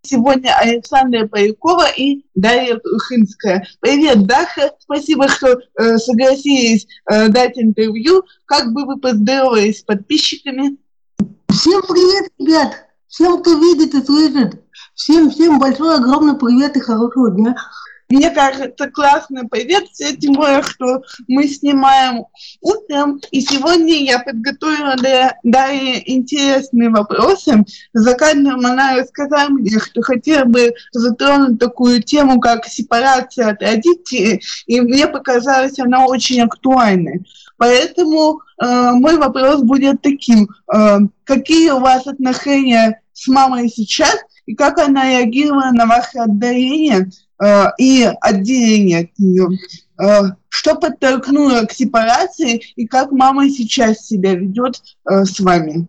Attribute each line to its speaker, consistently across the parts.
Speaker 1: сегодня Александра Полякова и Дарья Крухинская. Привет, Даша, спасибо, что согласились дать интервью. Как бы вы поздоровались с подписчиками?
Speaker 2: Всем привет, ребят! Всем, кто видит и слышит. Всем большой, огромный привет и хорошего дня.
Speaker 1: Мне кажется, классный привет, тем более, что мы снимаем утром, и сегодня я подготовила для Дарьи интересные вопросы. За кадром она рассказала мне, что хотела бы затронуть такую тему, как сепарация от родителей, и мне показалась она очень актуальной. Поэтому мой вопрос будет таким. Какие у вас отношения с мамой сейчас, и как она реагировала на ваше отдаление и отделение от нее? Что подтолкнуло к сепарации, и как мама сейчас себя ведет с вами?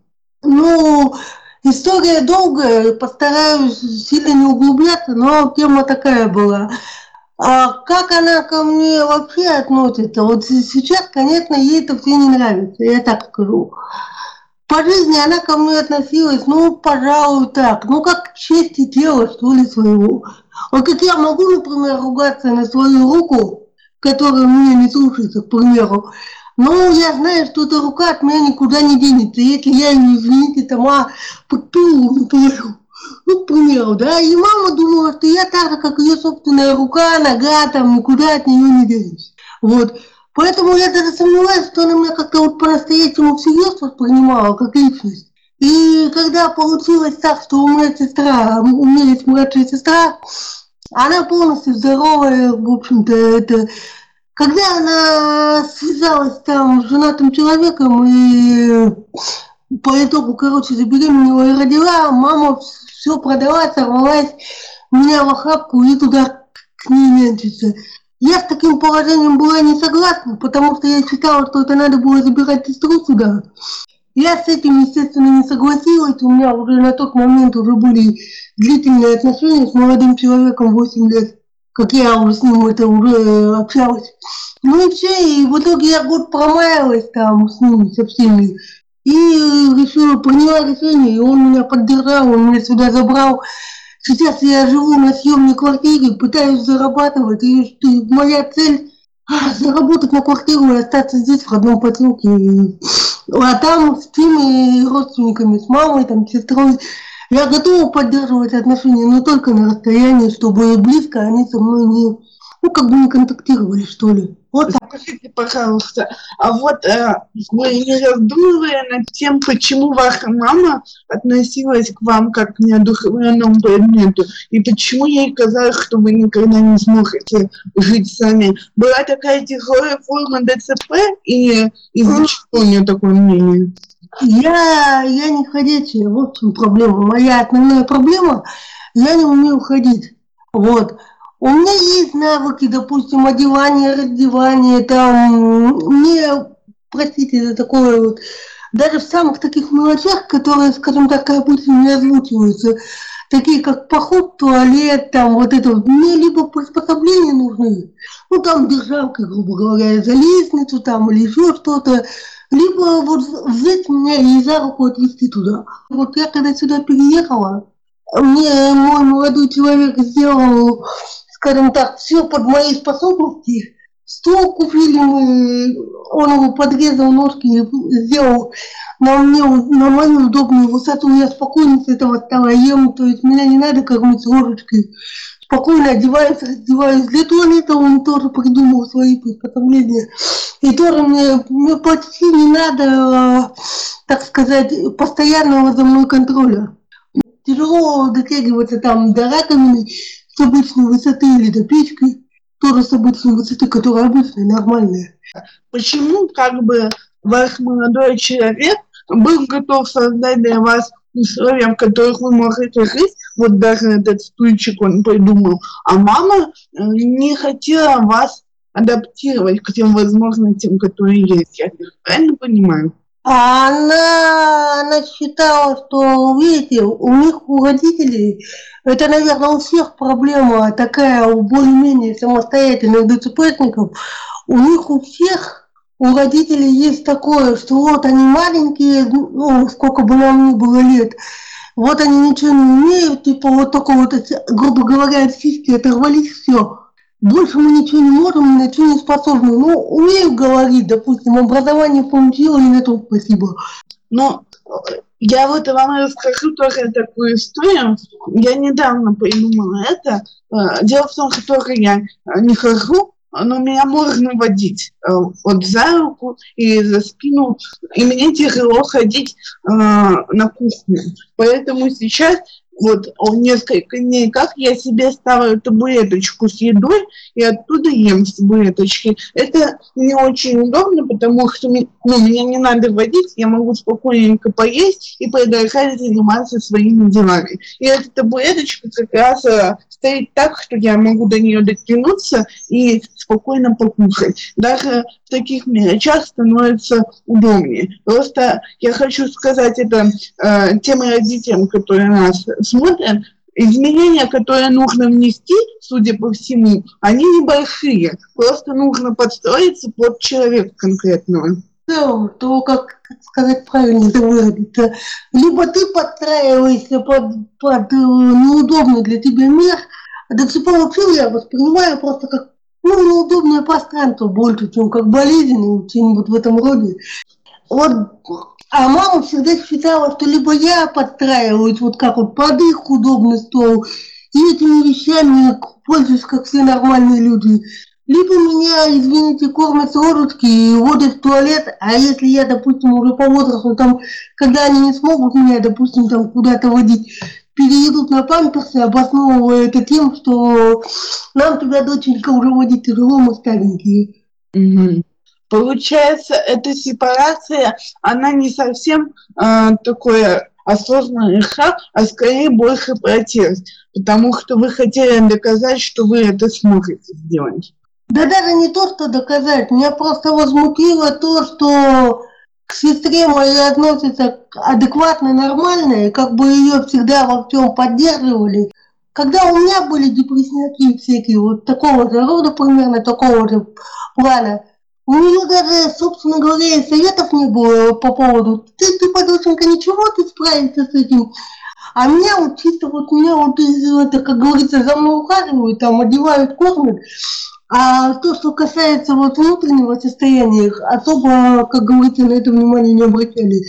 Speaker 2: История долгая, постараюсь сильно не углубляться, но тема такая была. А как она ко мне вообще относится? Вот сейчас, конечно, ей это все не нравится, я так скажу. По жизни она ко мне относилась, пожалуй, так, как к чести тела, что ли, своего. Вот как я могу, например, ругаться на свою руку, которая меня не слушается, к примеру, но я знаю, что эта рука от меня никуда не денется. Если я ее, извините, сама подпилу, например, к примеру, да, и мама думала, что я так же, как ее собственная рука, нога, там, никуда от нее не денусь. Вот. Поэтому я даже сомневаюсь, что она меня как-то вот по-настоящему всерьез воспринимала как личность. И когда получилось так, что у меня есть младшая сестра, она полностью здоровая, в общем-то, когда она связалась там с женатым человеком и по итогу, забеременела и родила, мама все продала, сорвалась, меня в охапку и туда к ней нянчиться. Я с таким положением была не согласна, потому что я считала, что это надо было забирать сестру сюда. Я с этим, естественно, не согласилась. У меня уже на тот момент уже были длительные отношения с молодым человеком, 8 лет, как я уже с ним уже общалась. И все, и в итоге я год промаялась там с ними, со всеми. И приняла решение, и он меня поддержал, он меня сюда забрал. Сейчас я живу на съемной квартире, пытаюсь зарабатывать, и моя цель заработать на квартиру и остаться здесь, в родном поселке. А там с теми родственниками, с мамой, там, с сестрой, я готова поддерживать отношения, но только на расстоянии, чтобы близко они со мной не контактировали, что ли. Вот так.
Speaker 1: Скажите, пожалуйста, а вот вы не раздумывали над тем, почему ваша мама относилась к вам как к неодушевленному предмету, и почему ей казалось, что вы никогда не сможете жить сами? Была такая тяжелая форма ДЦП, и из-за чего у нее такое мнение?
Speaker 2: Я не ходячая, вот в чем проблема. Моя основная проблема, я не умею ходить. Вот. У меня есть навыки, допустим, одевания, раздевания, там, простите за такое вот, даже в самых таких мелочах, которые, скажем так, обычно не озвучиваются, такие как поход в туалет, там, вот это вот, мне либо приспособления нужны, там, держалка, грубо говоря, за лестницу, там, или еще что-то, либо вот взять меня и за руку отвезти туда. Вот я когда сюда переехала, мне мой молодой человек сделал, скажем так, все под мои способности. Стол купили мы, он его подрезал, ножки сделал на мою удобную высоту. Я спокойно с этого стала ем, то есть меня не надо кормить ложечкой. Спокойно одеваюсь, раздеваюсь. Для туалета он тоже придумал свои приспособления. И тоже мне почти не надо, так сказать, постоянного за мной контроля. Тяжело дотягиваться там до раковины с обычной высоты или до печки, тоже с обычной высоты, которая обычная, нормальная.
Speaker 1: Почему ваш молодой человек был готов создать для вас условия, в которых вы можете жить, вот даже этот стульчик он придумал, а мама не хотела вас адаптировать к тем возможностям, которые есть? Я правильно понимаю?
Speaker 2: Она считала, что, видите, у родителей, это, наверное, у всех проблема такая, у более-менее самостоятельных ДЦПшников, у родителей есть такое, что вот они маленькие, сколько бы нам ни было лет, вот они ничего не умеют, типа вот только вот эти, грубо говоря, от сиськи оторвались, все. Больше мы ничего не можем, ни на что не способны. Ну, умею говорить, допустим, образование получила, и на том спасибо.
Speaker 1: Но я вот вам расскажу тоже такую историю. Я недавно придумала это. Дело в том, что только я не хожу, но меня можно водить вот за руку и за спину, и мне тяжело ходить на кухню. Поэтому сейчас вот несколько дней, как я себе ставлю табуреточку с едой и оттуда ем с табуреточки. Это не очень удобно, потому что меня не надо водить, я могу спокойненько поесть и продолжать заниматься своими делами. И эта табуреточка как раз стоит так, что я могу до нее дотянуться и спокойно покушать. Даже в таких мелочах становится удобнее. Просто я хочу сказать это тем родителям, которые нас смотрят, изменения, которые нужно внести, судя по всему, они небольшие. Просто нужно подстроиться под человека конкретного.
Speaker 2: То, как сказать правильно, это выразиться. Либо ты подстраиваешься под неудобный для тебя мир, до сих пор вообще я воспринимаю просто как неудобное пространство больше, чем как болезнь, чем-нибудь в этом роде. Вот, а мама всегда считала, что либо я подстраиваюсь, вот как вот под их удобный стол, и этими вещами пользуюсь, как все нормальные люди, либо меня, извините, кормят с ложечки и водят в туалет, а если я, допустим, уже по возрасту, там, когда они не смогут меня, допустим, там куда-то водить, перейдут на памперсы, обосновывая это тем, что нам тебя, доченька, уже водить тяжело, мы старенькие.
Speaker 1: Угу. Получается, эта сепарация, она не совсем такой осознанный шаг, а скорее больше протест, потому что вы хотели доказать, что вы это сможете сделать.
Speaker 2: Да даже не то, что доказать, меня просто возмутило то, что к сестре моей относятся адекватно, нормально, и как бы ее всегда во всем поддерживали. Когда у меня были депрессняки всякие, вот такого же рода, примерно такого же плана, у нее даже, собственно говоря, и советов не было по поводу ты подушенька, ничего, ты справишься с этим. А меня вот чисто вот меня вот это, как говорится, за мной ухаживают, там одевают, кормят. А то, что касается вот внутреннего состояния, их особо, как говорится, на это внимание не обращали.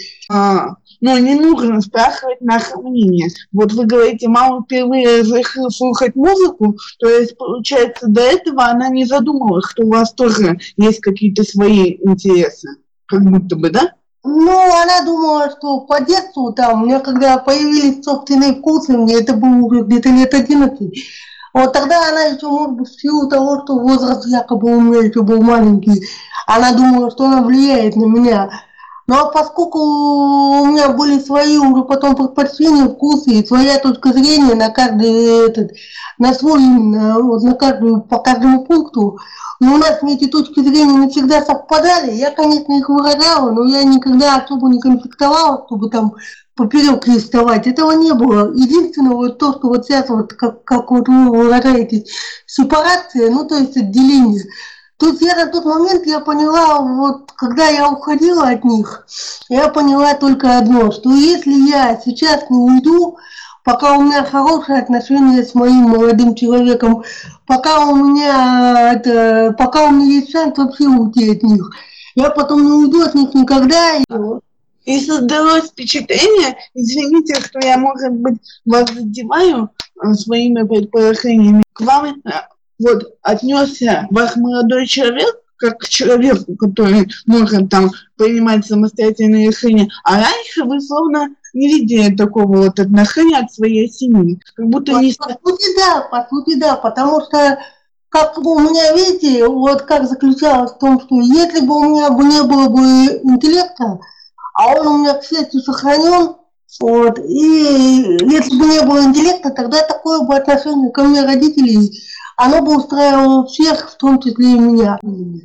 Speaker 1: Но не нужно спрашивать наше мнение. Вот вы говорите, мама впервые решила слушать музыку, то есть, получается, до этого она не задумывалась, что у вас тоже есть какие-то свои интересы. Как будто бы, да?
Speaker 2: Ну, она думала, что по детству там, у меня когда появились собственные вкусы, мне это было уже где-то лет 11, вот тогда она еще, может быть, в силу того, что возраст якобы у меня еще был маленький, она думала, что она влияет на меня. Ну а поскольку у меня были свои уже потом предпочтения, вкусы и своя точка зрения на каждый на свой, вот на каждую, по каждому пункту, но у нас эти точки зрения не всегда совпадали. Я, конечно, их выражала, но я никогда особо не конфликтовала, чтобы там поперек рисовать. Этого не было. Единственное, вот то, что вот сейчас, вот как вот вы выражаетесь, сепарация, ну то есть отделение. То есть я на тот момент я поняла, вот когда я уходила от них, я поняла только одно, что если я сейчас не уйду, пока у меня хорошие отношения с моим молодым человеком, пока у меня есть шанс вообще уйти от них, я потом не уйду от них никогда.
Speaker 1: И создалось впечатление, извините, что я, может быть, вас задеваю своими предположениями, к вам вот отнесся ваш молодой человек как к человеку, который может там принимать самостоятельные решения, а раньше вы словно не видели такого вот отношения от своей семьи, как будто не...
Speaker 2: По сути да, потому что как бы у меня, видите, вот как заключалось в том, что если бы у меня бы не было бы интеллекта, а он у меня, к счастью, сохранен, вот, и если бы не было интеллекта, тогда такое бы отношение ко мне родителей, оно бы устраивало всех, в том числе и меня.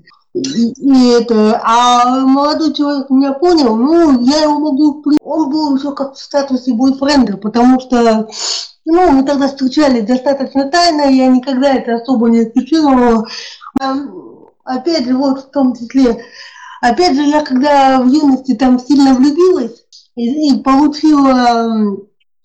Speaker 2: А молодой человек меня понял, ну, я его могу, он был еще как в статусе бойфренда, потому что, ну, мы тогда встречались достаточно тайно, я никогда это особо не афишировала. Опять же, вот в том числе, опять же, я когда в юности там сильно влюбилась и получила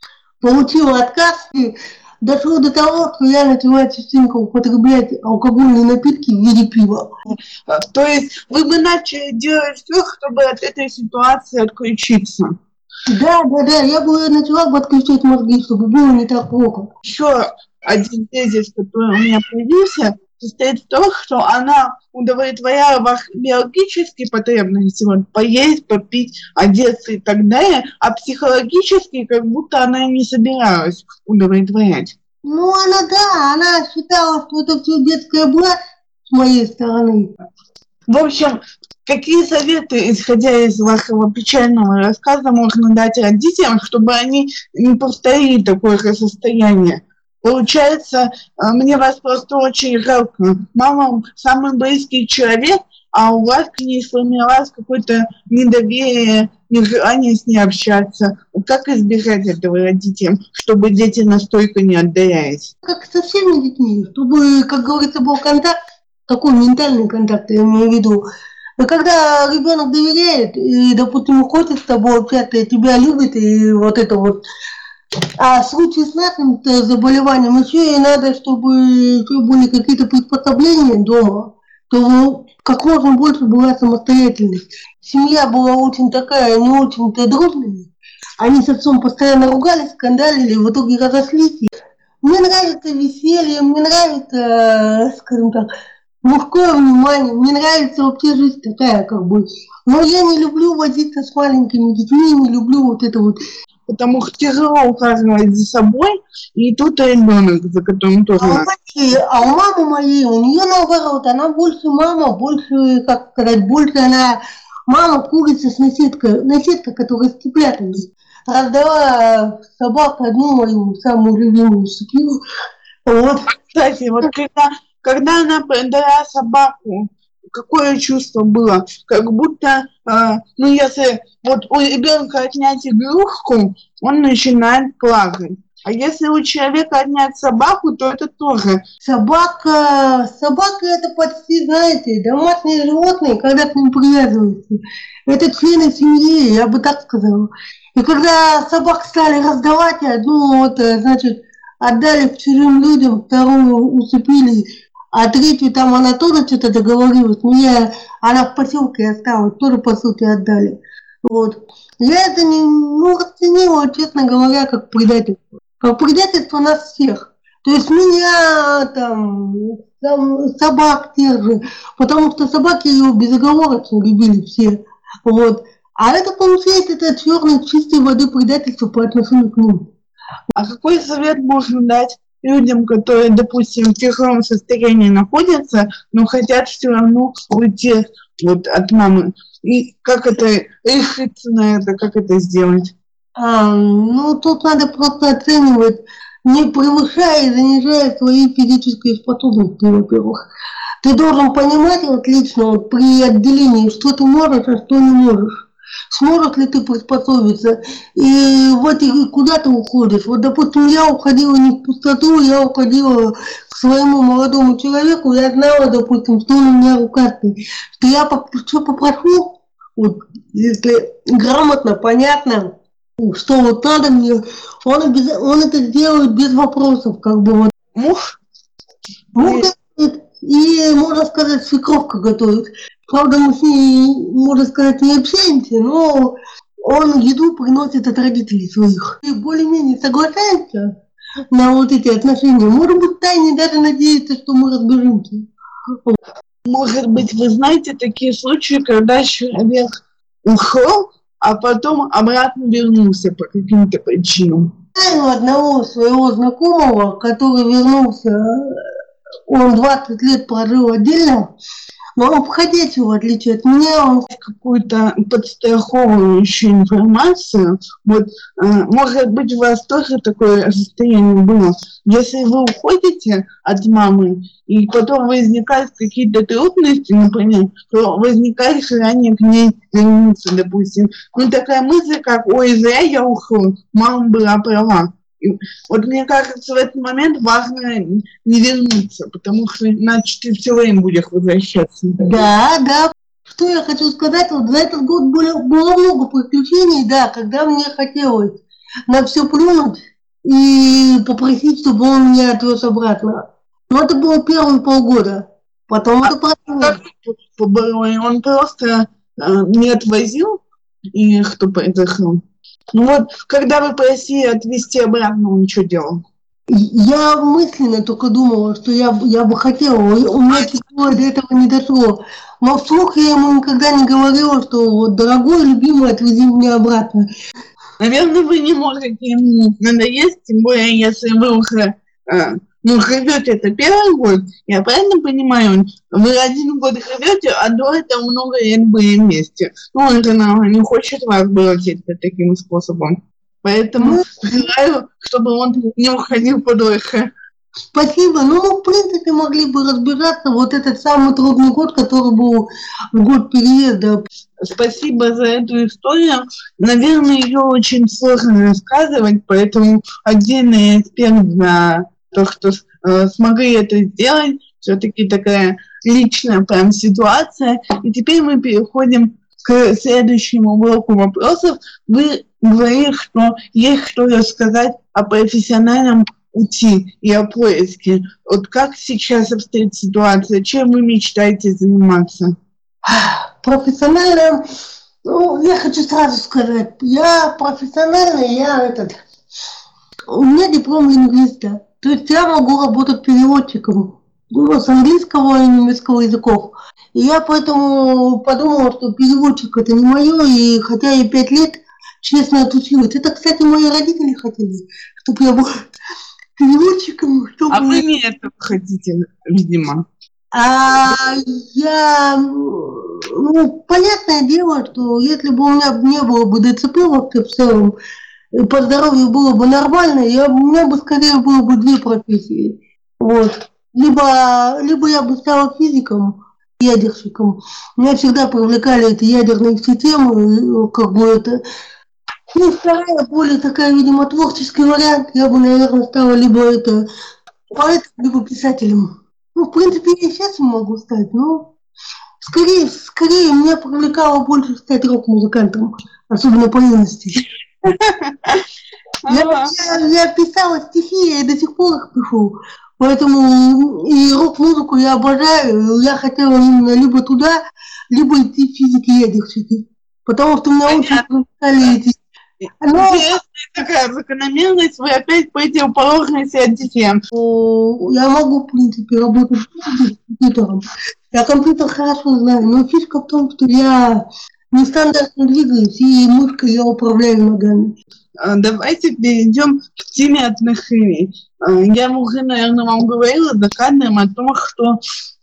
Speaker 2: получила отказ и дошло до того, что я начала частенько употреблять алкогольные напитки в виде пива.
Speaker 1: То есть вы бы начали делать все, чтобы от этой ситуации отключиться?
Speaker 2: Да, я бы начала бы отключать мозги, чтобы было не так плохо.
Speaker 1: Еще один тезис, который у меня появился, состоит в том, что она удовлетворяла ваши биологические потребности, вот поесть, попить, одеться и так далее, а психологически как будто она не собиралась удовлетворять.
Speaker 2: Ну, она считала, что это все детская блажь с моей стороны.
Speaker 1: В общем, какие советы, исходя из вашего печального рассказа, можно дать родителям, чтобы они не повторили такое же состояние? Получается, мне вас просто очень жалко. Мама самый близкий человек, а у вас к ней сформировалось какое-то недоверие, нежелание с ней общаться. Как избежать этого родителям, чтобы дети настолько не отдалялись?
Speaker 2: Как со всеми детьми, чтобы, как говорится, был контакт, такой ментальный контакт, я имею в виду. И когда ребенок доверяет и, допустим, хочет с тобой общаться, и тебя любит, и вот это вот. А в случае с нашим заболеванием еще и надо, чтобы были какие-то приспособления дома, то как можно больше была самостоятельность. Семья была очень такая, не очень-то дружная. Они с отцом постоянно ругались, скандалили, в итоге разошлись. Мне нравится веселье, мне нравится, скажем так, мужское внимание, мне нравится вообще жизнь такая, как бы. Но я не люблю возиться с маленькими детьми, не люблю вот это вот.
Speaker 1: Потому что тяжело ухаживать за собой, и тут ребенок, за которым тоже надо.
Speaker 2: А у мамы моей, у нее наоборот, она больше мама, больше, как сказать, больше она мама курица с наседка, которая с цыплятами. Раздала собаку одну мою самую любимую шкиру. Вот.
Speaker 1: Кстати, вот когда она продала собаку, какое чувство было? Как будто, если вот у ребенка отнять игрушку, он начинает плакать. А если у человека отнять собаку, то это тоже.
Speaker 2: Собака это почти, знаете, домашние животные, когда к ним привязываются. Это члены семьи, я бы так сказала. И когда собак стали раздавать, одну вот, значит, отдали к чужим людям, вторую усыпили, а третью там она тоже что-то договорилась. Она в поселке осталась, тоже по сути отдали. Вот. Я это не расценила, честно говоря, как предательство. Как предательство нас всех. То есть меня, там собак тех же, потому что собаки ее безоговорочно любили все. Вот. А это, получается, это черной чистой воды предательство по отношению к ним.
Speaker 1: А какой совет можно дать людям, которые, допустим, в тяжелом состоянии находятся, но хотят все равно уйти вот от мамы? И как это решиться на это, как это сделать?
Speaker 2: Тут надо просто оценивать, не превышая и занижая свои физические способности, во-первых. Ты должен понимать отлично вот, при отделении, что ты можешь, а что не можешь. Сможешь ли ты приспособиться? И куда ты уходишь? Вот, допустим, я уходила не в пустоту, я уходила к своему молодому человеку, я знала, допустим, что он у меня рукастый, что я что попрошу, вот, если грамотно, понятно, что вот надо мне, он это сделает без вопросов, как бы вот.
Speaker 1: Муж?
Speaker 2: И, можно сказать, свекровка готовит. Правда, мы с ней, можно сказать, не общаемся, но он еду приносит от родителей своих. И более-менее соглашаемся на вот эти отношения. Может быть, тайне даже надеется, что мы разберемся.
Speaker 1: Может быть, вы знаете такие случаи, когда человек ушел, а потом обратно вернулся по каким-то причинам?
Speaker 2: Знаю одного своего знакомого, который вернулся, он 20 лет прожил отдельно, но он входящий, в отличие от меня, он
Speaker 1: какую-то подстраховывающую информацию. Вот, может быть, у вас тоже такое состояние было. Если вы уходите от мамы, и потом возникают какие-то трудности, например, то возникает желание к ней вернуться, допустим. Такая мысль, как «Ой, зря я ушел, мама была права». И вот мне кажется, в этот момент важно не вернуться, потому что иначе ты все время будешь возвращаться.
Speaker 2: Да. Что я хочу сказать, вот за этот год было много приключений, да, когда мне хотелось на все плюнуть, и попросить, чтобы он меня отвез обратно. Но это было первые полгода. Потом это прошло.
Speaker 1: Он просто не отвозил, и кто произошел? Ну вот, когда вы просили отвезти обратно, он что делал?
Speaker 2: Я мысленно только думала, что я бы хотела, у меня тепло до этого не дошло. Но вслух я ему никогда не говорила, что вот, дорогой, любимый, отвези меня обратно.
Speaker 1: Наверное, вы не можете ему надоесть, тем более, если вы уже живете это первый год, я правильно понимаю, вы 1 год живете, а до этого много лет были вместе. Ну, он же не хочет вас бросить таким способом. Поэтому желаю, чтобы он не уходил подольше.
Speaker 2: Спасибо. Ну, мы, в принципе, могли бы разбираться вот этот самый трудный год, который был в год переезда.
Speaker 1: Спасибо за эту историю. Наверное, ее очень сложно рассказывать, поэтому отдельный респект за то, что смогли это сделать. Все-таки такая личная прям ситуация. И теперь мы переходим к следующему блоку вопросов. Вы говорили, что есть что рассказать о профессиональном пути и о поиске. Вот как сейчас обстоит ситуация? Чем вы мечтаете заниматься?
Speaker 2: Профессионально, ну, я хочу сразу сказать, я профессиональный, у меня диплом лингвиста, то есть я могу работать переводчиком с английского и немецкого языков. И я поэтому подумала, что переводчик это не мое, и хотя я 5 лет честно отучилась. Это, кстати, мои родители хотели, чтобы я была переводчиком.
Speaker 1: А вы не это хотите, видимо.
Speaker 2: Понятное дело, что если бы у меня не было бы ДЦП вообще в целом, по здоровью было бы нормально, у меня бы скорее было бы 2 профессии. Вот. Либо я бы стала физиком, ядерщиком. Меня всегда привлекали эти ядерные системы, как бы это. И вторая, более такая, видимо, творческий вариант, я бы, наверное, стала либо это поэтом, либо писателем. Ну, в принципе, я и сейчас могу стать, но скорее меня привлекало больше стать рок-музыкантом, особенно по юности. Я писала стихи, я до сих пор их пишу, поэтому и рок-музыку я обожаю, я хотела именно либо туда, либо идти в физики и ядерщики, потому что меня очень привлекали эти.
Speaker 1: Интересная такая закономерность, вы опять противоположности от детей.
Speaker 2: Я могу, в принципе, работать с компьютером. Я компьютер хорошо знаю, но фишка в том, что я нестандартно двигаюсь, и мышкой я управляю ногами.
Speaker 1: Давайте перейдем к теме отношений. Я уже, наверное, вам говорила за кадром о том, что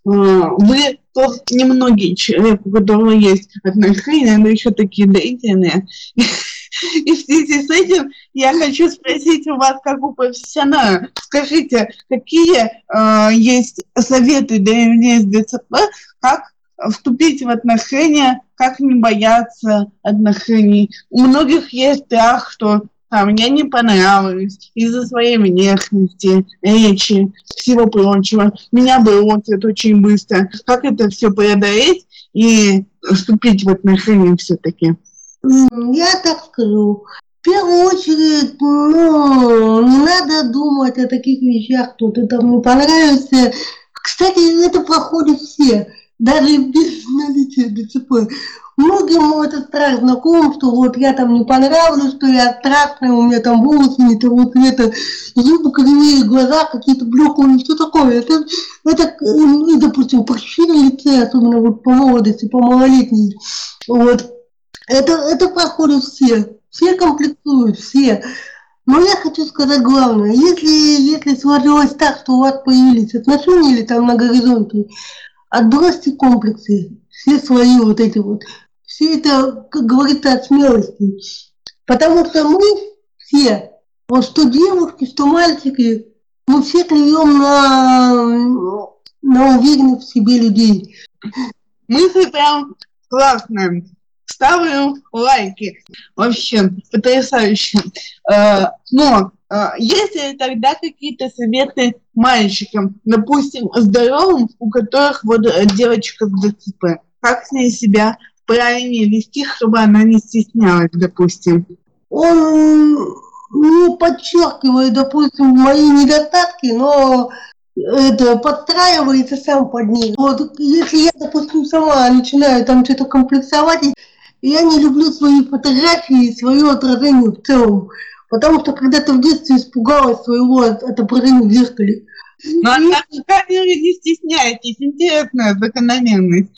Speaker 1: вы тот немногие человек, у которого есть отношения, но еще такие длительные. И в связи с этим я хочу спросить у вас, как у профессионала, скажите, какие есть советы для людей с ДЦП, как вступить в отношения, как не бояться отношений? У многих есть страх, что я не понравилась из-за своей внешности, речи, всего прочего. Меня бросят очень быстро. Как это все преодолеть и вступить в отношения все-таки?
Speaker 2: Я так скажу. В первую очередь, не надо думать о таких вещах, что ты там не понравишься. Кстати, это проходит все, даже без наличия ДЦП. Многим этот страх знаком, что вот я там не понравлюсь, что я страшная, у меня там волосы не того цвета, зубы кривые, глаза какие-то блеклые, что такое. Это, допустим, прыщи на лице, особенно вот по молодости, по малолетней. Вот. Это проходят все комплексуют, все. Но я хочу сказать главное, если сложилось так, что у вас появились отношения или там на горизонте, отбросьте комплексы, все свои вот эти вот, все это, как говорится, от смелости. Потому что мы все, вот что девушки, что мальчики, мы все клюем на уверенных в себе людей.
Speaker 1: Мысли прям классные. Ставлю лайки. Вообще потрясающе. Но есть ли тогда какие-то советы мальчикам, допустим, здоровым, у которых вот девочка с ДЦП? Как с ней себя правильнее вести, чтобы она не стеснялась, допустим?
Speaker 2: не подчеркивает, допустим, мои недостатки, но это подстраивается сам под них. Вот если я, допустим, сама начинаю там что-то комплексовать, я не люблю свои фотографии и свое отражение в целом. Потому что когда ты в детстве испугалась своего отображения в зеркале.
Speaker 1: Но на камере не стесняйтесь, интересная закономерность.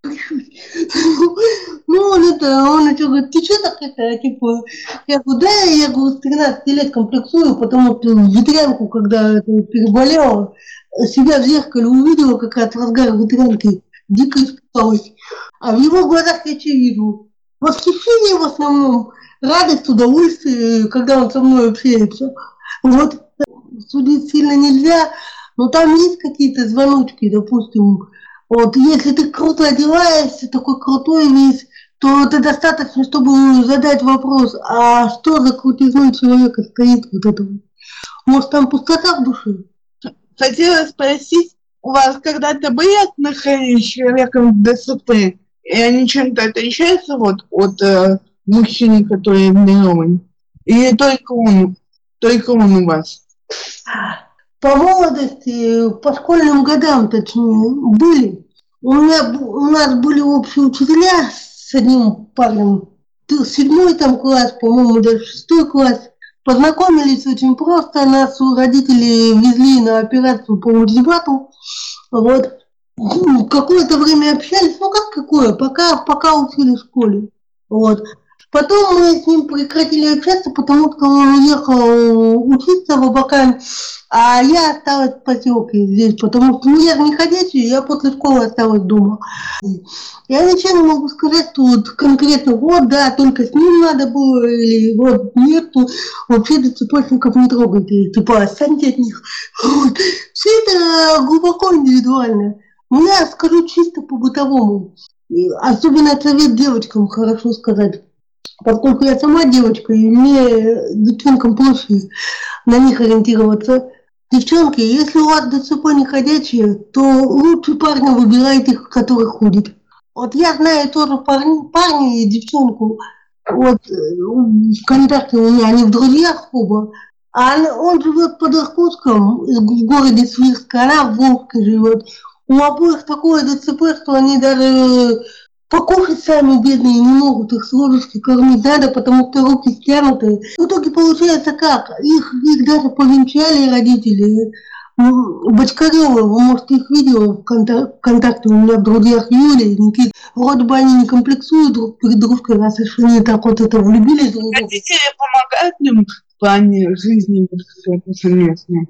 Speaker 2: Ну, он еще говорит, ты что так это, типа, я говорю, да, я говорю, с 13 лет комплексую, потому что ветрянку, когда это переболела, себя в зеркале увидела как раз в разгар ветрянки, дико испугалась. А в его глазах я что вижу? Восхищение в основном, радость, удовольствие, когда он со мной общается. Вот, судить сильно нельзя, но там есть какие-то звоночки, допустим, вот если ты круто одеваешься, такой крутой весь, то это достаточно, чтобы задать вопрос, а что за крутизной человека стоит вот это? Может, там пустота в душе?
Speaker 1: Хотела спросить, у вас когда-то были отношения с человеком с ДЦП, и они чем-то отличаются вот от мужчины, который обмирован? Или только он у вас?
Speaker 2: По молодости, по школьным годам, точнее, были. У нас были общие учителя с одним парнем. 7 там класс, по-моему, даже 6 класс. Познакомились очень просто. Нас родители везли на операцию по мультивату. Вот. Какое-то время общались. Ну как какое? Пока учили в школе. Вот. Потом мы с ним прекратили общаться, потому что он уехал учиться в Абакан, а я осталась в поселке здесь, потому что я же не ходячая, я после школы осталась дома. Я ничего не могу сказать, что вот конкретно, вот, да, только с ним надо было, или вот нет, вообще ДЦПшников не трогайте, типа, отстаньте от них. Вот. Все это глубоко индивидуально. Я скажу чисто по-бытовому. Особенно совет девочкам, хорошо сказать. Поскольку я сама девочка, и мне, девчонкам, проще на них ориентироваться. Девчонки, если у вас ДЦП не ходячие, то лучше парня выбирайте, который ходит. Вот я знаю тоже парня и девчонку, вот в контакте у меня, они в друзьях оба, а он живет под Иркутском, в городе Свирска, она в Волжке живет. У обоих такое ДЦП, что они даже покушать сами бедные не могут, их с ложечки кормить надо, потому что руки стянуты. В итоге получается как? Их даже повенчали родители. Бочкарёвы, вы, может, их видели в ВКонтакте, у меня в друзьях Юлия и Никита. Вроде бы они не комплексуют друг перед дружкой, раз уж они так вот это влюбились друг в друга.
Speaker 1: Родители помогают им в плане жизни вот совместной?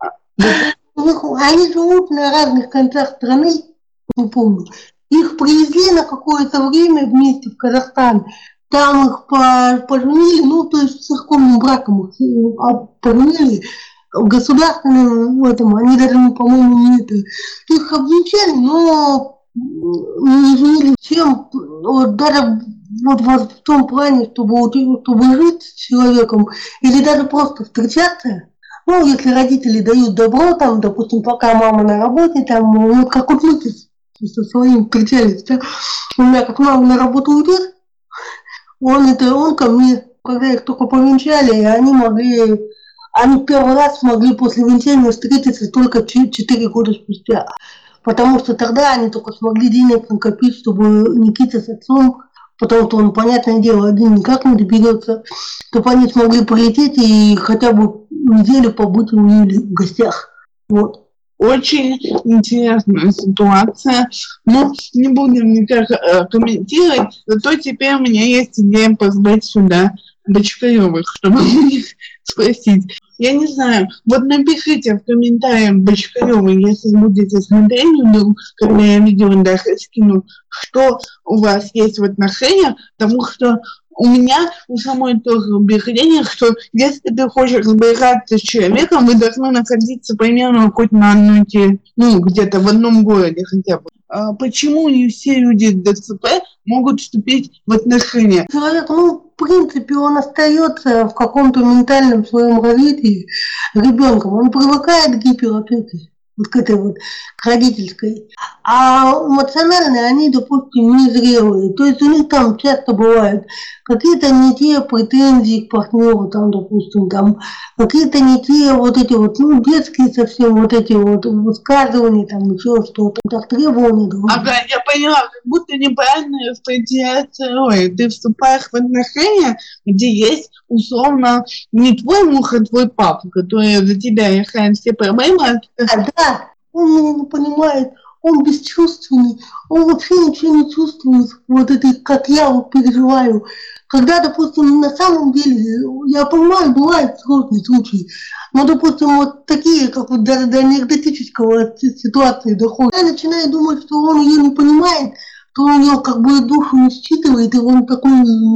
Speaker 2: Они живут на разных концах страны, не помню. Их привезли на какое-то время вместе в Казахстан. Там их поженили, ну, то есть церковным браком их поженили. Государственным в этом, они даже, по-моему, не это. Их обвенчали, но не женили. Чем вот, даже вот в том плане, чтобы жить с человеком, или даже просто встречаться. Ну, если родители дают добро, там, допустим, пока мама на работе, там, вот как вот мы со своим встречались, да? У меня как мама на работу уйдет, он ко мне, когда их только повенчали, они первый раз смогли после венчания встретиться только 4 года спустя. Потому что тогда они только смогли денег накопить, чтобы Никита с отцом, потому что он, понятное дело, один никак не доберется, чтобы они смогли полететь и хотя бы неделю побыть у них в гостях. Вот.
Speaker 1: Очень интересная ситуация. Но не будем никак комментировать, зато теперь у меня есть идея позвать сюда Бочкарёвых, чтобы у них спросить. Я не знаю, вот напишите в комментариях Бочкарёвы, если будете смотреть вдруг, когда я видео даже скину, что у вас есть в отношениях, потому что у меня у самой тоже убеждение, что если ты хочешь разбираться с человеком, вы должны находиться примерно хоть на одной ну, где-то в одном городе хотя бы. Почему не все люди с ДЦП могут вступить в отношения?
Speaker 2: Человек, в принципе, он остается в каком-то ментальном своем развитии ребенком. Он привыкает к гиперопеке. вот к этой вот, к родительской. А эмоционально они, допустим, незрелые. То есть у них там часто бывают какие-то не те претензии к партнеру, там, допустим, там, какие-то не те вот эти вот, ну, детские совсем вот эти вот высказывания, там, еще что-то, так, требования.
Speaker 1: Ага, я поняла, как будто неправильно распределяется роль. Ты вступаешь в отношения, где есть, условно, не твой муж, а твой папа, который за тебя решает все проблемы.
Speaker 2: Да, он меня не понимает, он бесчувственный, он вообще ничего не чувствует, вот это, как я вот переживаю. Когда, допустим, на самом деле, я понимаю, бывают сложные случаи, но, допустим, вот такие, как вот до анекдотического ситуации доходит, я начинаю думать, что он ее не понимает, что он ее как бы душу не считывает, и он такой,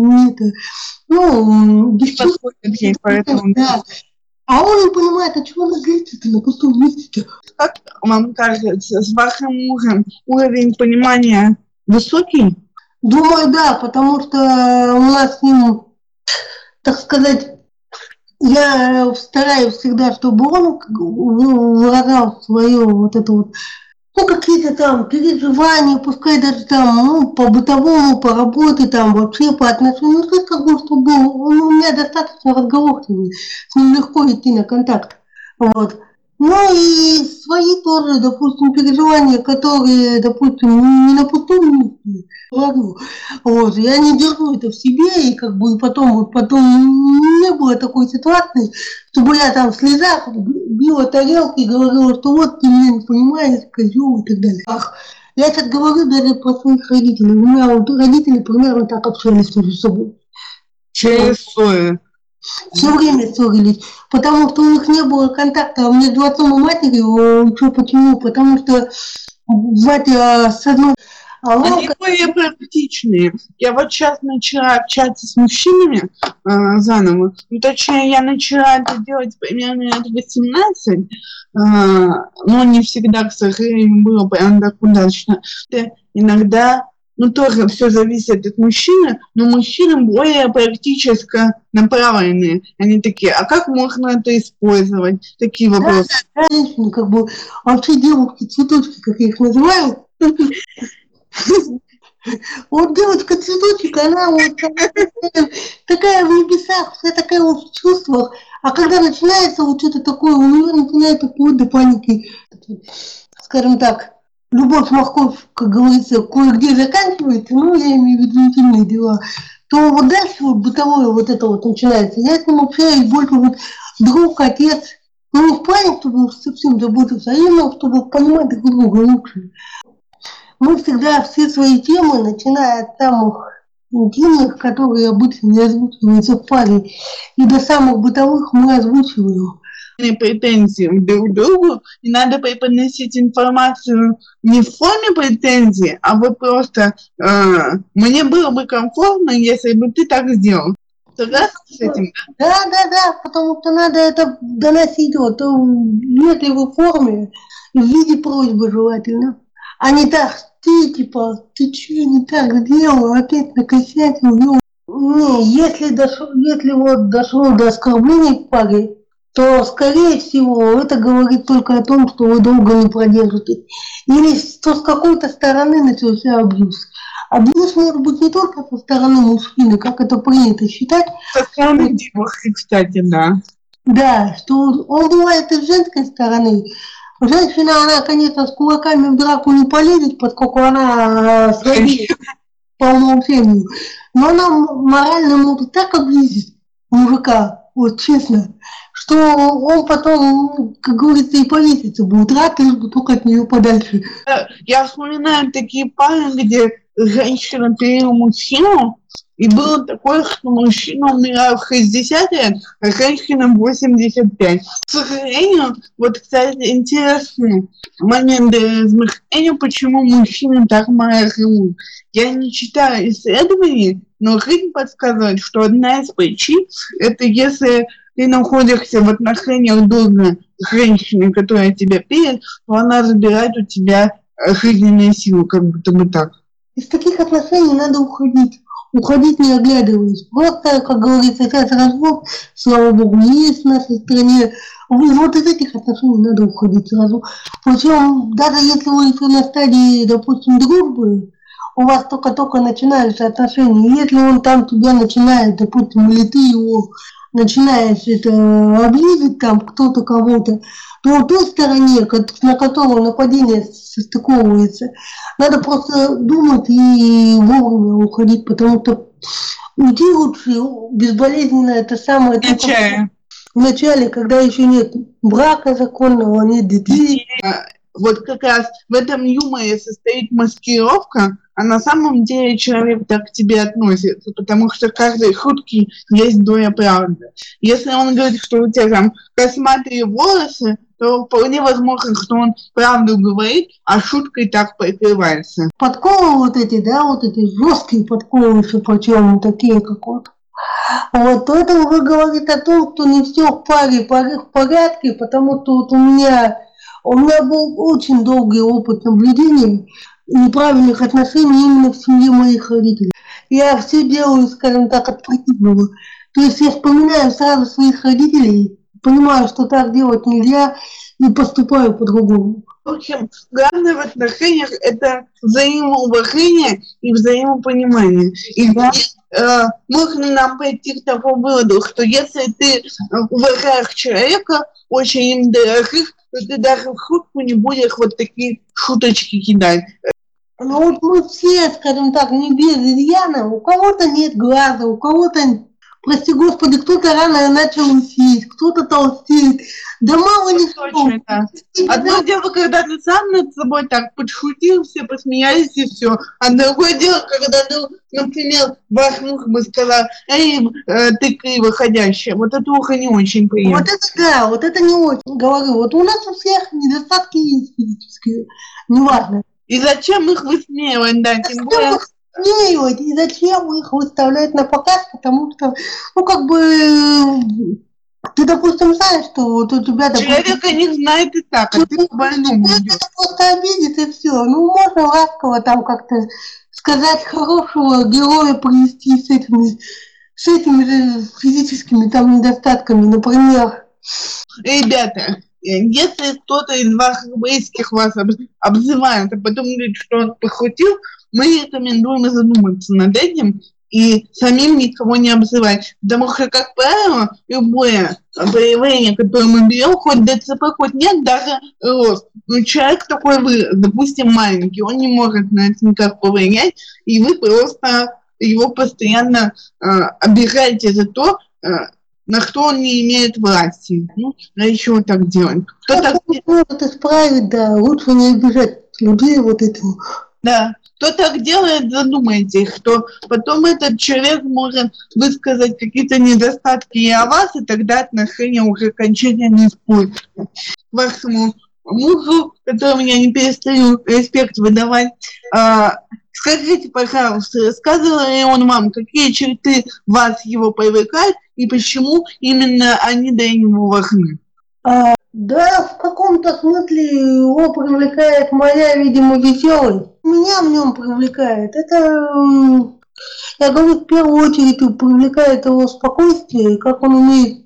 Speaker 2: бесчувственный.
Speaker 1: Поэтому,
Speaker 2: Да. А он не понимает, а чего она говорит-то на пустом месте-то?
Speaker 1: как вам кажется, с вашим мужем уровень понимания высокий?
Speaker 2: Думаю, да, потому что у нас с ним, так сказать, я стараюсь всегда, чтобы он выражал свое вот это вот, ну, какие-то там переживания, пускай даже там, ну, по бытовому, по работе, там, вообще по отношению, ну, то есть, как бы, чтобы он у меня достаточно разговорчивый, с ним легко идти на контакт, вот. Ну и свои тоже, допустим, переживания, которые, допустим, не на пустом месте, говорю. Вот, я не держу это в себе, и как бы потом не было такой ситуации, чтобы я там в слезах била тарелки и говорила, что вот ты меня не понимаешь, козел и так далее. Я сейчас говорю даже про своих родителей. У меня вот родители примерно так общались между собой.
Speaker 1: Через ссоры.
Speaker 2: Все время ссорились, потому что у них не было контакта между отцом и матерью. Почему? Потому что мать с одной...
Speaker 1: Они более практичные. Я вот сейчас начала общаться с мужчинами заново. Ну, точнее, я начала это делать примерно лет 18, но не всегда, к сожалению, было прям так удачно. Иногда, тоже все зависит от мужчины, но мужчины более практически направленные. Они такие, а как можно это использовать? Такие вопросы.
Speaker 2: Да, женщины, как бы, вообще девушки, цветочки, как я их называю. Вот девочка-цветочек, она вот такая в небесах, вся такая вот в чувствах. А когда начинается вот что-то такое, у нее начинает вплоть до паники. Скажем так, любовь морковь, как говорится, кое-где заканчивается, ну, я имею в виду интимные дела, то вот дальше вот бытовое вот это вот начинается. Я с ним общаюсь больше вот друг, отец, ну, не в плане, чтобы совсем заботиться, а именно, чтобы понимать друг друга лучше. Мы всегда все свои темы, начиная от самых интимных, которые обычно не озвучиваются в паре, и до самых бытовых мы озвучиваем.
Speaker 1: Претензии друг к другу, и надо преподносить информацию не в форме претензий, а вот просто мне было бы комфортно, если бы ты так сделал. Согласна с этим?
Speaker 2: Да, потому что надо это доносить вот в вежливой форме, в виде просьбы желательно, а не так, ты что не так сделал, опять накосячил, Не, если вот дошло до оскорблений в паре, то, скорее всего, это говорит только о том, что вы долго не продержитесь. Или что с какой-то стороны начался абьюз. Абьюз может быть не только со стороны мужчины, как это принято считать.
Speaker 1: Со стороны девушки, кстати, да.
Speaker 2: Да, что он бывает и с женской стороны. Женщина, она, конечно, с кулаками в драку не полезет, поскольку она слабее по умолчанию. Но она морально может так обидеть мужика, вот честно, что он потом, как говорится, и повеситься будет, рад, лишь бы только от нее подальше.
Speaker 1: Я вспоминаю такие пары, где женщина перила мужчину, и было такое, что мужчина умирал в 60 лет, а женщина в 85. К сожалению, вот, кстати, интересный момент для размышления, почему мужчины так мало живут. Я не читаю исследований, но жизнь подсказывает, что одна из причин – это если ты находишься в отношениях долго с женщиной, которая тебя пилит, то она забирает у тебя жизненные силы, как будто бы так.
Speaker 2: Из таких отношений надо уходить. Уходить не оглядываясь. Просто, как говорится, сейчас развод, слава богу, есть в нашей стране. Вот из этих отношений надо уходить сразу. Причем, даже если вы еще на стадии, допустим, дружбы, у вас только-только начинаются отношения, если он там тебя начинает, допустим, или ты его начинаешь это обидеть там кто-то кого-то, то в той стороне, на которую нападение состыковывается, надо просто думать и вовремя уходить, потому что уйти лучше безболезненно, это самое... В начале, когда еще нет брака законного, нет детей.
Speaker 1: Вот как раз в этом юморе состоит маскировка, а на самом деле человек так к тебе относится, потому что каждой шутки есть доля правды. Если он говорит, что у тебя там косматые волосы, то вполне возможно, что он правду говорит, а шуткой так прикрывается.
Speaker 2: Подковы вот эти, да, вот эти жесткие подковы еще причем такие как вот. Вот это уже говорит о том, что не все в паре в порядке, потому что вот у меня был очень долгий опыт наблюдения неправильных отношений именно в семье моих родителей. Я все делаю, скажем так, от противного. То есть я вспоминаю сразу своих родителей, понимаю, что так делать нельзя, и поступаю по-другому.
Speaker 1: В общем, главное в отношениях – это взаимоуважение и взаимопонимание. И можно нам прийти к такому выводу, что если ты уважаешь человека, очень им дорогих, то ты даже в шутку не будешь вот такие шуточки кидать.
Speaker 2: Ну вот мы все, скажем так, не без изъяна, у кого-то нет глаза, у кого-то, прости господи, кто-то рано начал учить, кто-то толстеет. Да мало ли что.
Speaker 1: Одно дело, когда ты сам над собой так подшутил, все посмеялись и все. А другое дело, когда ты, например, ваш муж бы сказал: эй, ты кривоходящая. Вот это уже не очень приятно.
Speaker 2: Вот это да, вот это не очень. Говорю, вот у нас у всех недостатки есть физические, неважно.
Speaker 1: И зачем их высмеивать, да, тем более...
Speaker 2: Высмеивать, и зачем их выставлять на показ, потому что, ну, как бы... Ты, допустим, знаешь, что вот у тебя...
Speaker 1: Человек не знает и так, а ты по-больному идёшь.
Speaker 2: Это просто обидит, и все. Ну, можно ласково там как-то сказать хорошего героя привести с этими же физическими там недостатками, например.
Speaker 1: Ребята, если кто-то из ваших близких вас обзывает, а потом говорит, что он пошутил, мы рекомендуем задуматься над этим и самим никого не обзывать. Потому что, как правило, любое проявление, которое мы берем, хоть ДЦП, хоть нет, даже рост. Но человек такой допустим, маленький, он не может на это никак повлиять, и вы просто его постоянно обижаете за то, на что он не имеет власти. Ну, а еще так делать.
Speaker 2: Кто-то может исправить, да, лучше не обижать людей вот этим.
Speaker 1: Да. Кто так делает, задумайтесь, что потом этот человек может высказать какие-то недостатки и о вас, и тогда отношения уже окончательно испортятся. Вашему мужу, которому я не перестаю респект выдавать, скажите, пожалуйста, рассказывал ли он вам, какие черты вас его привлекают и почему именно они для него важны?
Speaker 2: Да, в каком-то смысле его привлекает моя, видимо, веселость. Меня в нем привлекает. Это, я говорю, в первую очередь привлекает его спокойствие, как он умеет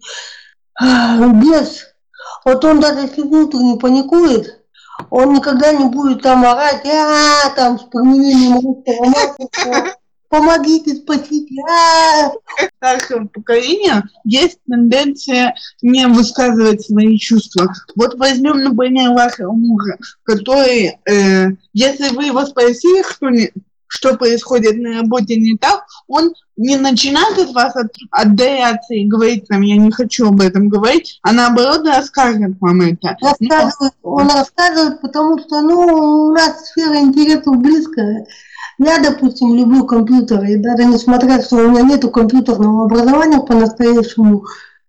Speaker 2: без... Вот он даже если внутренне паникует, он никогда не будет там орать, там с применением русского мата, помогите, спасите.
Speaker 1: В старшем поколении есть тенденция не высказывать свои чувства. Вот возьмем, например, вашего мужа, который, если вы его спросили, что происходит на работе не так, он не начинает от вас отдаляться и говорить там: я не хочу об этом говорить, а наоборот расскажет вам это.
Speaker 2: Он рассказывает, потому что, у нас сфера интересов близкая. Я, допустим, люблю компьютеры, и даже несмотря, что у меня нету компьютерного образования по-настоящему,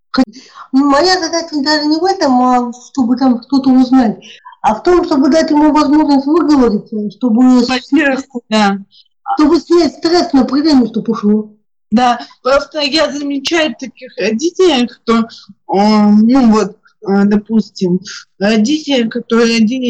Speaker 2: моя задача даже не в этом, а чтобы там что-то узнать, а в том, чтобы дать ему возможность выговориться, чтобы снять стресс, напряжение, чтобы ушло.
Speaker 1: Да, просто я замечаю таких родителей, что, допустим, родители, которые родились в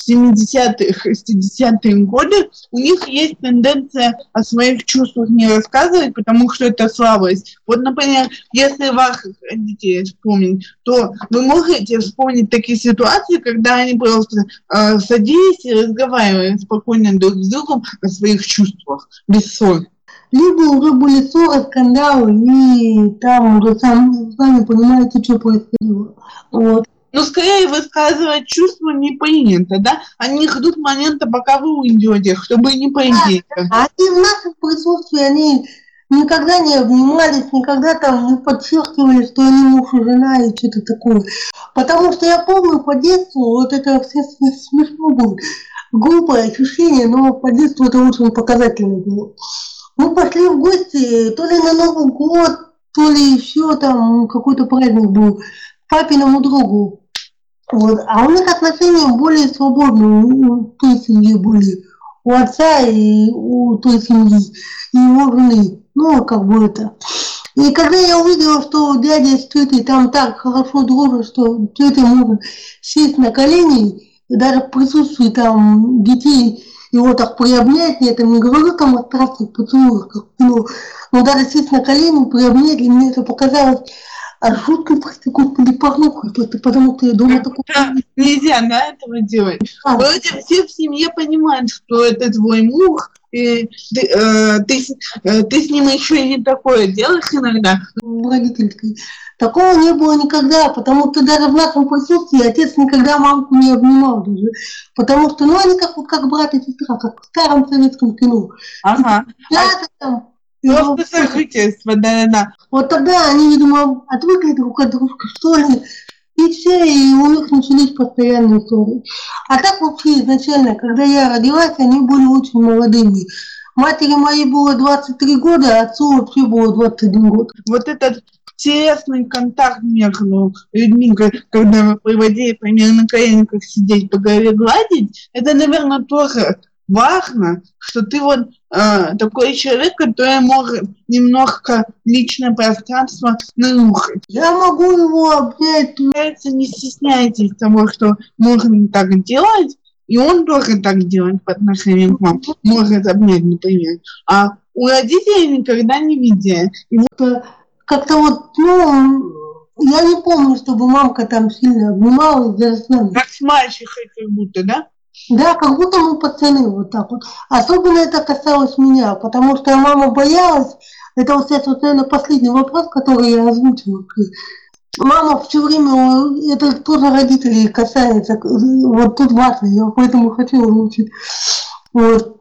Speaker 1: 70-е, 60-е годы, у них есть тенденция о своих чувствах не рассказывать, потому что это слабость. Вот, например, если ваших детей вспомнить, то вы можете вспомнить такие ситуации, когда они просто садились и разговаривали спокойно друг с другом о своих чувствах, без ссор.
Speaker 2: Либо уже были ссоры, скандалы, и там уже сами понимаете, что происходило. Вот.
Speaker 1: Но скорее высказывать чувства не принято, да? Они ждут момента, пока вы уйдете, чтобы не пойти.
Speaker 2: Они в нашем присутствии, они никогда не обнимались, никогда там не подчеркивали, что они муж и жена и что-то такое. Потому что я помню по детству, вот это все смешно будет, глупое ощущение, но по детству это очень показательно было. Мы пошли в гости то ли на Новый год, то ли еще там какой-то праздник был, к папиному другу. Вот. А у них отношения более свободные, у той семьи были, у отца и у той семьи, и его жены. Ну, как бы это. И когда я увидела, что дядя с тетей там так хорошо дружат, что тетя может сесть на колени, и даже в присутствии там детей его так приобнять, я там не говорю там о страстных поцелуях, как в кино, но даже сесть на колени, приобнять, и мне это показалось жуткой, прости господи, порнухой, потому что я думаю, такое...
Speaker 1: Нельзя, да, этого делать. Вроде все в семье понимают, что это твой муж, и ты с ним еще и не такое делаешь иногда.
Speaker 2: Родительской. Такого не было никогда, потому что даже в нашем присутствии отец никогда мамку не обнимал даже. Потому что, ну, они как брат и сестра, как в старом советском кино.
Speaker 1: Ага. Просто сожительство, да. Вот
Speaker 2: тогда они, видимо, отвыкли друг от друга, что ли, и все, и у них начались постоянные ссоры. А так вообще изначально, когда я родилась, они были очень молодыми. Матери моей было 23 года, а отцу вообще было 21 год.
Speaker 1: Вот этот телесный контакт между людьми, когда мы приводили пример на коленках сидеть, по голове гладить, это, наверное, тоже важно, что ты вот такой человек, который может немножко личное пространство нарушить.
Speaker 2: Я могу его обнять.
Speaker 1: Не стесняйтесь того, что можно так делать, и он тоже так делает по отношению к вам. Может обнять, например. А у родителей никогда не видели. И вот
Speaker 2: как-то вот, ну, я не помню, чтобы мамка там сильно обнималась даже с нами.
Speaker 1: Как с мальчикой как будто, да?
Speaker 2: Да, как будто мы пацаны вот так вот. Особенно это касалось меня, потому что мама боялась. Это вот сейчас, вот, наверное, последний вопрос, который я озвучила. Мама все время, это тоже родителей касается, вот тут важно, я поэтому хотела научить. Вот.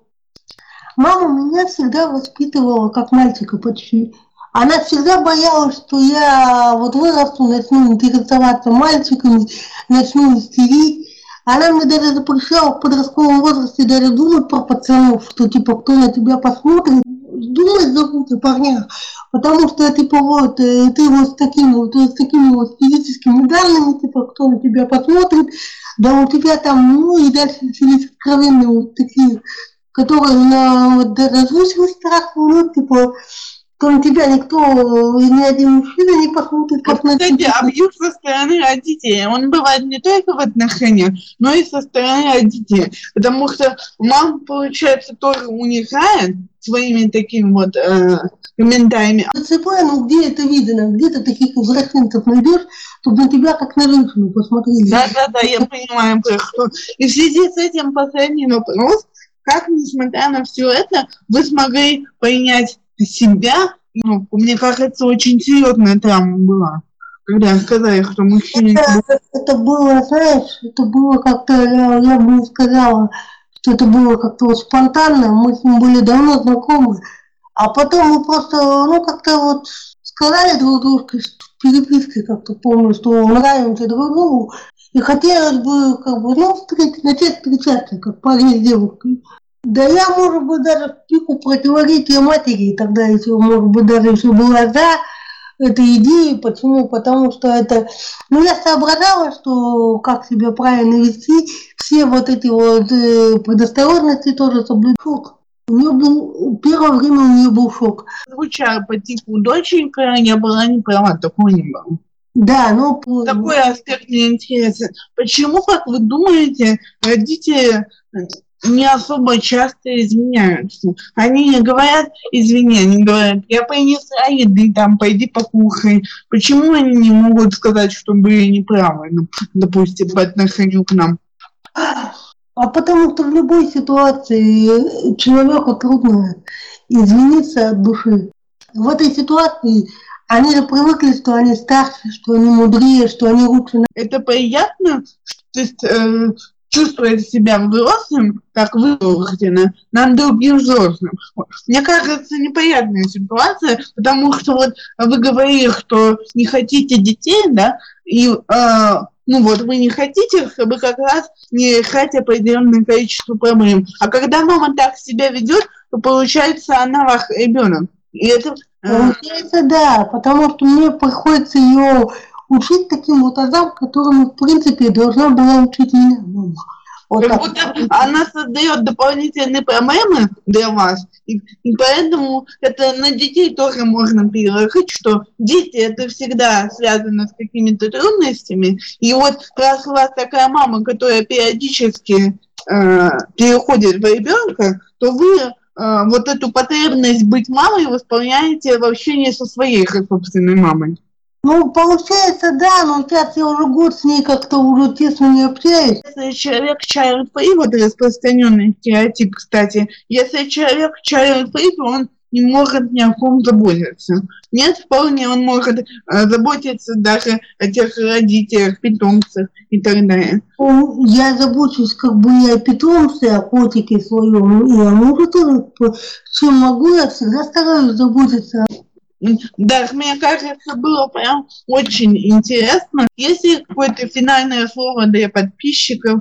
Speaker 2: Мама меня всегда воспитывала как мальчика почти. Она всегда боялась, что я вот вырасту, начну интересоваться мальчиками, начну истерить. Она мне даже запрещала в подростковом возрасте даже думать про пацанов, что типа кто на тебя посмотрит, думать забудь о парнях, потому что типа вот ты вот с такими вот физическими данными, типа кто на тебя посмотрит, да у тебя там, ну и дальше начались откровенные вот такие, которые вот даже озвучивать страшно, ну типа то на тебя никто, ни один мужчина не посмотрит, как на тебя.
Speaker 1: Кстати, абьюз со стороны родителей, он бывает не только в отношениях, но и со стороны родителей, потому что мама, получается, тоже унижает своими такими вот комментариями.
Speaker 2: Ну где это видно, где ты таких извращенцев найдешь, чтобы на тебя как на женщину посмотрели.
Speaker 1: Да, я понимаю, что. И в связи с этим последний вопрос, как, несмотря на все это, вы смогли принять себя, ну, мне кажется, очень серьезная травма была, когда сказали, что мужчина...
Speaker 2: Это было, знаешь, это было как-то, я бы не сказала, что это было как-то вот спонтанно, мы с ним были давно знакомы, а потом мы просто, ну, как-то вот сказали друг дружке в переписке, как-то помню, что нравимся друг другу, и хотелось бы, как бы, ну, начать встречаться, как парень с девушкой. Да я, может быть, даже в пику противоречия матери тогда еще, может быть, даже еще была за этой идеей. Почему? Потому что это... Ну, я соображала, что как себя правильно вести, все вот эти вот предосторожности тоже соблюдут. У нее был... Первое время у нее был шок.
Speaker 1: Звучало по типу доченька, я была не права, такого не было.
Speaker 2: Да, ну,
Speaker 1: Такой аспект мне интересен. Почему, как вы думаете, родители не особо часто изменяются? Они не говорят, извини, они говорят, я принесла еды, там, пойди покушай. Почему они не могут сказать, что были неправы, ну, допустим, по отношению к нам?
Speaker 2: а потому что в любой ситуации человеку трудно извиниться от души. В этой ситуации они же привыкли, что они старше, что они мудрее, что они лучше.
Speaker 1: Это приятно, то есть чувствовать себя взрослым, так вынужденно, над другим взрослым. Вот. Мне кажется, неприятная ситуация, потому что вот вы говорили, что не хотите детей, да, и ну вот вы не хотите, чтобы как раз не решать определенное количество проблем. А когда мама так себя ведет, то получается она ваш ребенок. И это
Speaker 2: Получается, да, потому что мне приходится ее учить таким вот азам, которым, в принципе, должна была учить меня мама. Вот
Speaker 1: как
Speaker 2: так.
Speaker 1: будто она создает дополнительные проблемы для вас, и поэтому это на детей тоже можно переложить, что дети это всегда связано с какими-то трудностями, и вот раз у вас такая мама, которая периодически переходит в ребенка, то вы вот эту потребность быть мамой восполняете в общении со своей собственной мамой.
Speaker 2: Ну, получается, да, но сейчас я уже год с ней как-то уже тесно не общаюсь.
Speaker 1: Если человек child-free, вот распространенный стереотип, кстати, если человек child-free, то он не может ни о ком заботиться. Нет, вполне он может заботиться даже о тех родителях, питомцах и так далее.
Speaker 2: Ну, я забочусь как бы и о питомце, о котике своем, и о муже тоже. Чем могу, я всегда стараюсь заботиться.
Speaker 1: Да, мне кажется, было прям очень интересно. Есть ли какое-то финальное слово для подписчиков,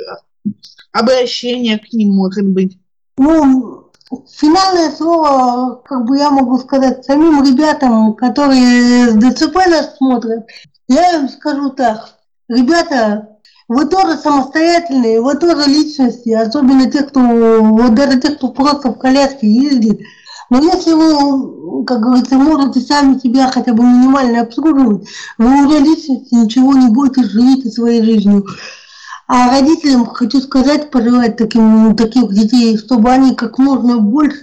Speaker 1: обращение к ним, может быть?
Speaker 2: Ну, финальное слово, как бы я могу сказать самим ребятам, которые с ДЦП нас смотрят, я им скажу так. Ребята, вы тоже самостоятельные, вы тоже личности, особенно те, кто, вот даже те, кто просто в коляске ездит. Но если вы, как говорится, можете сами себя хотя бы минимально обслуживать, вы уже личности, ничего не бойтесь, живите своей жизнью. А родителям хочу сказать, пожелать таких детей, чтобы они как можно больше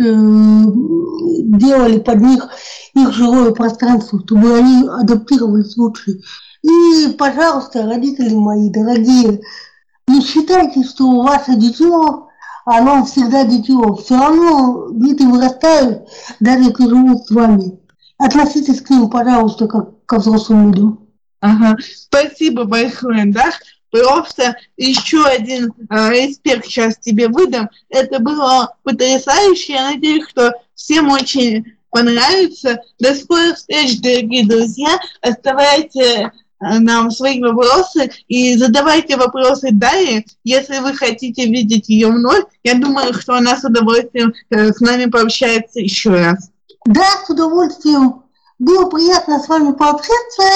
Speaker 2: делали под них их жилое пространство, чтобы они адаптировались лучше. И, пожалуйста, родители мои дорогие, не считайте, что ваше дитё, оно всегда дитё. Все равно дети вырастают, даже если живут с вами. Относитесь к ним, пожалуйста, как ко взрослым людям.
Speaker 1: Ага. Спасибо большое, да? Просто еще один респект сейчас тебе выдам. Это было потрясающе. Я надеюсь, что всем очень понравится. До скорых встреч, дорогие друзья. Оставляйте нам свои вопросы и задавайте вопросы Дарье, если вы хотите видеть ее вновь. Я думаю, что она с удовольствием с нами пообщается еще раз.
Speaker 2: Да, с удовольствием. Было приятно с вами пообщаться.